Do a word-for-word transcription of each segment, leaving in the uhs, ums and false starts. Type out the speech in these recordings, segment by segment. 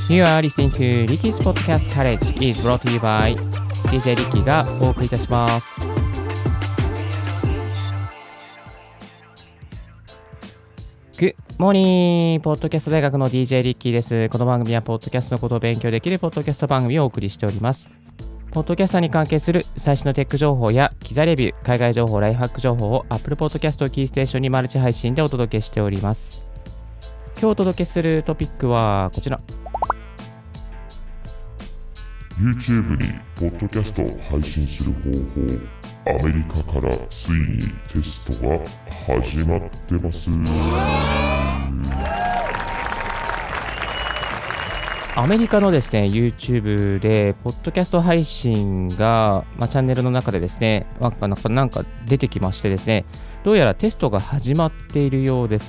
You are listening to Ricky's Podcast College is brought to you by ディージェー リッキーがお送りいたします。Good morning! ポッドキャスト大学の ディージェー リッキーです。この番組はポッドキャストのことを勉強できるポッドキャスト番組をお送りしております。ポッドキャスターに関係する最新のテック情報や機材レビュー、海外情報、ライフハック情報を Apple Podcast をキーステーションにマルチ配信でお届けしております。今日お届けするトピックはこちら。 YouTube にポッドキャストを配信する方法、アメリカからついにテストが始まってます。 アメリカのですね YouTube でポッドキャスト配信が、まあ、チャンネルの中でですねなんか、なんか、なんか出てきましてですね、どうやらテストが始まっているようです。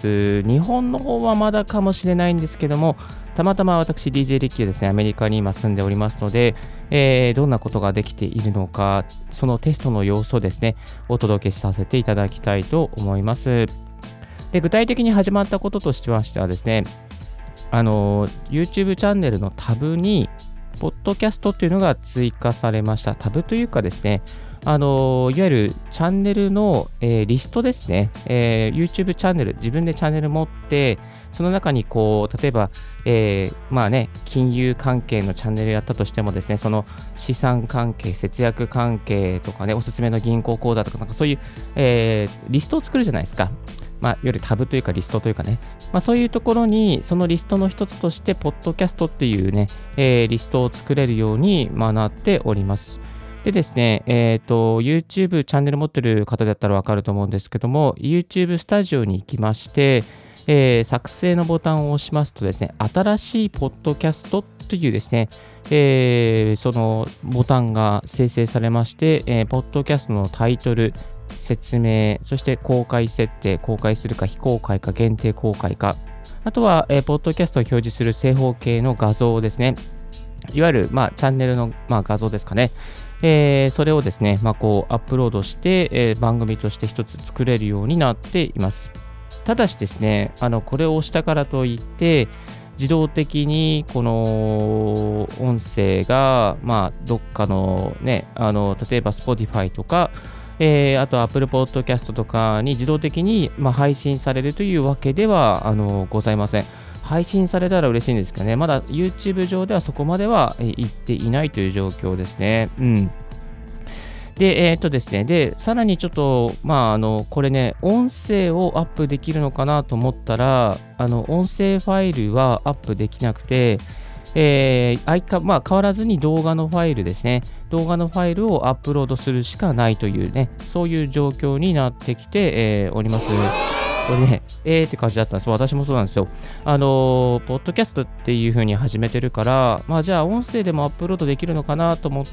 日本の方はまだかもしれないんですけども、たまたま私 ディージェー リッキーですね、アメリカに今住んでおりますので、えー、どんなことができているのか、そのテストの様子をですねお届けさせていただきたいと思います。で、具体的に始まったこととしてはですね、あの YouTube チャンネルのタブにポッドキャストっていうのが追加されました。タブというかですね、あのいわゆるチャンネルの、えー、リストですね、えー、YouTube チャンネル、自分でチャンネル持ってその中にこう例えば、えー、まあね金融関係のチャンネルやったとしてもですね、その資産関係、節約関係とかね、おすすめの銀行口座とかなんかそういう、えー、リストを作るじゃないですか。まあ、いわゆるタブというかリストというかね、まあ、そういうところにそのリストの一つとしてポッドキャストっていうね、えー、リストを作れるように、まあ、なっております。でですね、えっと YouTube チャンネル持ってる方だったらわかると思うんですけども、 YouTube スタジオに行きまして、えー、作成のボタンを押しますとですね、新しいポッドキャストというですね、えー、そのボタンが生成されまして、えー、ポッドキャストのタイトル、説明、そして公開設定、公開するか非公開か限定公開か、あとは、えー、ポッドキャストを表示する正方形の画像ですね、いわゆる、まあ、チャンネルの、まあ、画像ですかね、えー、それをですね、まあ、こうアップロードして、えー、番組として一つ作れるようになっています。ただしですね、あのこれを押したからといって自動的にこの音声が、まあ、どっかのね、あの例えば Spotify とか、えー、あと Apple Podcast とかに自動的に、まあ、配信されるというわけではあのございません。配信されたら嬉しいんですけどね、まだ YouTube 上ではそこまでは行っていないという状況ですね。うん。で、えっとですね、で、さらにちょっと、まあ、あの、これね、音声をアップできるのかなと思ったら、あの、音声ファイルはアップできなくて、えー、相かまあ、変わらずに動画のファイルですね、動画のファイルをアップロードするしかないというね、そういう状況になってきて、えー、おります。これね、えーって感じだったんです。私もそうなんですよ。あのー、ポッドキャストっていう風に始めてるから、まあじゃあ音声でもアップロードできるのかなと思って、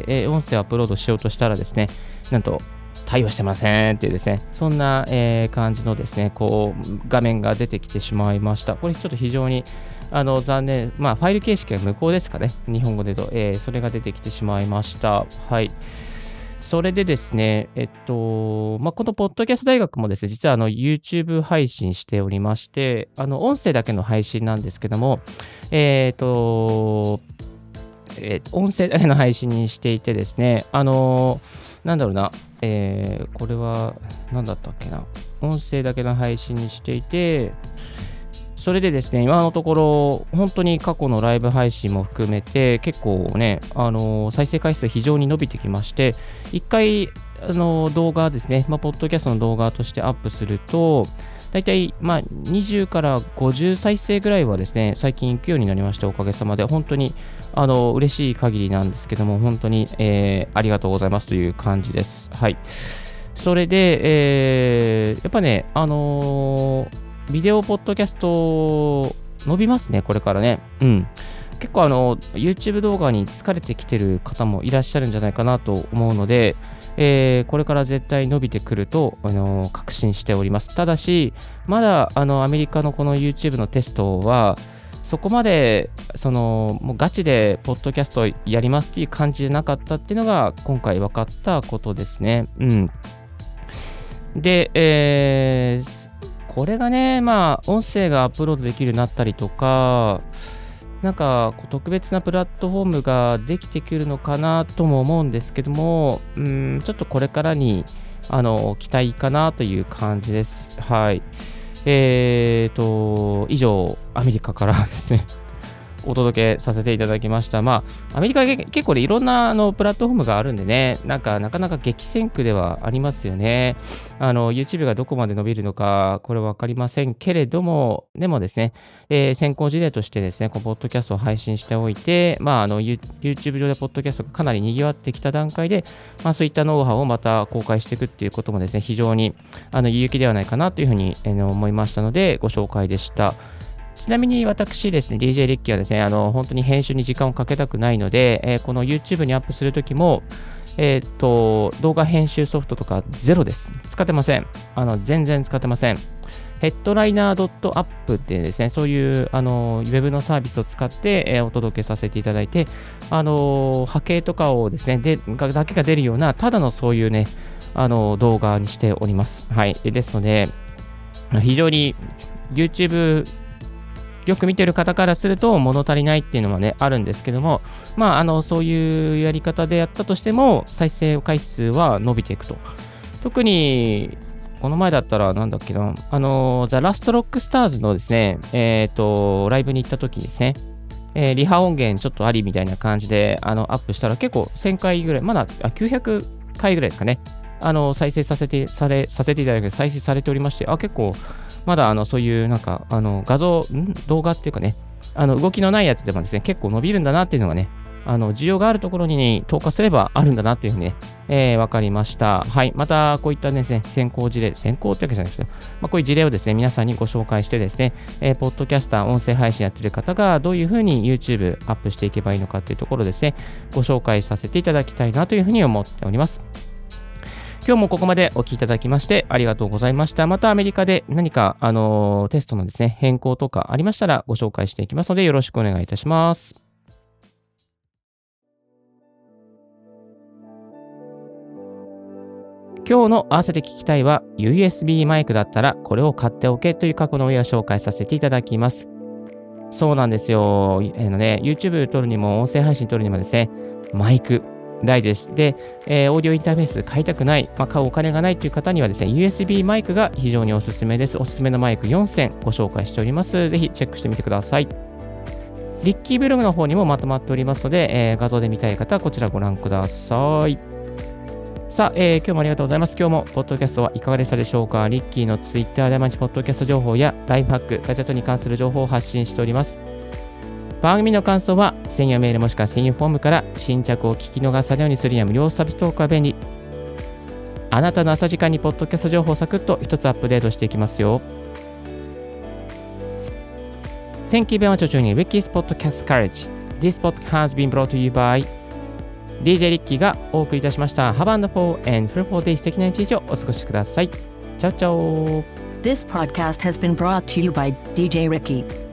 えー、音声アップロードしようとしたらですね、なんと対応してませんっていうですね、そんな、えー、感じのですね、こう画面が出てきてしまいました。これちょっと非常にあの残念、まあファイル形式が無効ですかね、日本語で言うと、えー、それが出てきてしまいました。はい。それでですね、えっと、まあ、このポッドキャスト大学もですね、実はあの YouTube 配信しておりまして、あの音声だけの配信なんですけども、えっと、えっと、音声だけの配信にしていてですね、あの、なんだろうな、えー、これは何だったっけな、音声だけの配信にしていて、それでですね、今のところ、本当に過去のライブ配信も含めて、結構ね、あのー、再生回数非常に伸びてきまして、一回、あのー、動画ですね、まあ、ポッドキャストの動画としてアップすると、だいたい、まあ、にじゅうからごじゅう再生ぐらいはですね、最近行くようになりまして、おかげさまで、本当に、あのー、嬉しい限りなんですけども、本当に、えー、ありがとうございますという感じです。はい。それで、えー、やっぱね、あのー、ビデオポッドキャスト伸びますね、これからね。うん。結構あの、YouTube 動画に疲れてきてる方もいらっしゃるんじゃないかなと思うので、えー、これから絶対伸びてくると、あの、確信しております。ただし、まだあの、アメリカのこの YouTube のテストは、そこまで、その、もうガチでポッドキャストやりますっていう感じじゃなかったっていうのが、今回分かったことですね。うん。で、えー、これがね、まあ、音声がアップロードできるようになったりとか、 なんかこう特別なプラットフォームができてくるのかなとも思うんですけども、うーんちょっとこれからにあの期待かなという感じです。はい。えーと、以上、アメリカからですね、お届けさせていただきました。まあ、アメリカは結構いろんなあのプラットフォームがあるんでね、なんかなかなか激戦区ではありますよね。あの、YouTube がどこまで伸びるのか、これはわかりませんけれども、でもですね、えー先行事例としてですね、このポッドキャストを配信しておいて、まあ、あの、ユ YouTube 上でポッドキャストがかなり賑わってきた段階で、まあ、そういったノウハウをまた公開していくっていうこともですね、非常にあの有益ではないかなというふうに、えー思いましたので、ご紹介でした。ちなみに私ですね、ディージェー リッキーはですね、あの、本当に編集に時間をかけたくないので、えーこの YouTube にアップするときも、えーっと、動画編集ソフトとかゼロです。使ってません。あの、全然使ってません。ヘッドライナー ドットアップ ってですね、そういうあのウェブのサービスを使って、えーお届けさせていただいて、あの波形とかをですね、でだけが出るような、ただのそういうね、あの動画にしております。はい。ですので、非常に YouTubeよく見てる方からすると物足りないっていうのはね、あるんですけども、まあ、あの、そういうやり方でやったとしても、再生回数は伸びていくと。特に、この前だったら、なんだっけな、あの、ザ・ラスト・ロック・スターズのですね、えっと、ライブに行った時にですね、えーリハ音源ちょっとありみたいな感じで、あの、アップしたら結構せんかいぐらい、まだあきゅうひゃくかいぐらいですかね、あの、再生させて、され、させていただいて、再生されておりまして、あ、結構、まだあのそういうなんかあの画像、ん動画っていうかね、あの動きのないやつでもですね、結構伸びるんだなっていうのがね、あの需要があるところに投下すればあるんだなっていうふうにね、えー、分かりました。はい。またこういったですね、先行事例、先行ってわけじゃないですけど、まあ、こういう事例をですね、皆さんにご紹介してですね、えー、ポッドキャスター、音声配信やってる方がどういうふうに YouTube アップしていけばいいのかっていうところですね、ご紹介させていただきたいなというふうに思っております。今日もここまでお聞きいただきましてありがとうございました。またアメリカで何か、あのーテストのですね、変更とかありましたらご紹介していきますのでよろしくお願いいたします。今日の合わせて聞きたいは ユーエスビー マイクだったらこれを買っておけという過去の上を紹介させていただきます。そうなんですよ。えーのね、YouTube 撮るにも音声配信撮るにもですね、マイク。大事です。で、えー、オーディオインターフェース買いたくない、まあ、買うお金がないという方にはですね、ユーエスビー マイクが非常におすすめです。おすすめのマイクよんせんご紹介しております。ぜひチェックしてみてください。リッキーブログの方にもまとまっておりますので、えー画像で見たい方はこちらご覧ください。さあ、えー今日もありがとうございます。今日もポッドキャストはいかがでしたでしょうか。リッキーのツイッターで毎日ポッドキャスト情報やライフハック、ガジェットに関する情報を発信しております。番組の感想は専用メールもしくは専用フォームから新着を聞き逃さないようにするには無料サービストークは便利。あなたの朝時間にポッドキャスト情報をサクッと一つアップデートしていきますよ。Thank you very much for joining Ricky's Podcast Courage. This podcast has been brought to you by ディージェー リッキーがお送りいたしました。Have a wonderful and fruitful day. 素敵な一日をお過ごしください。チャオチャオ。 This podcast has been brought to you by ディージェー Ricky.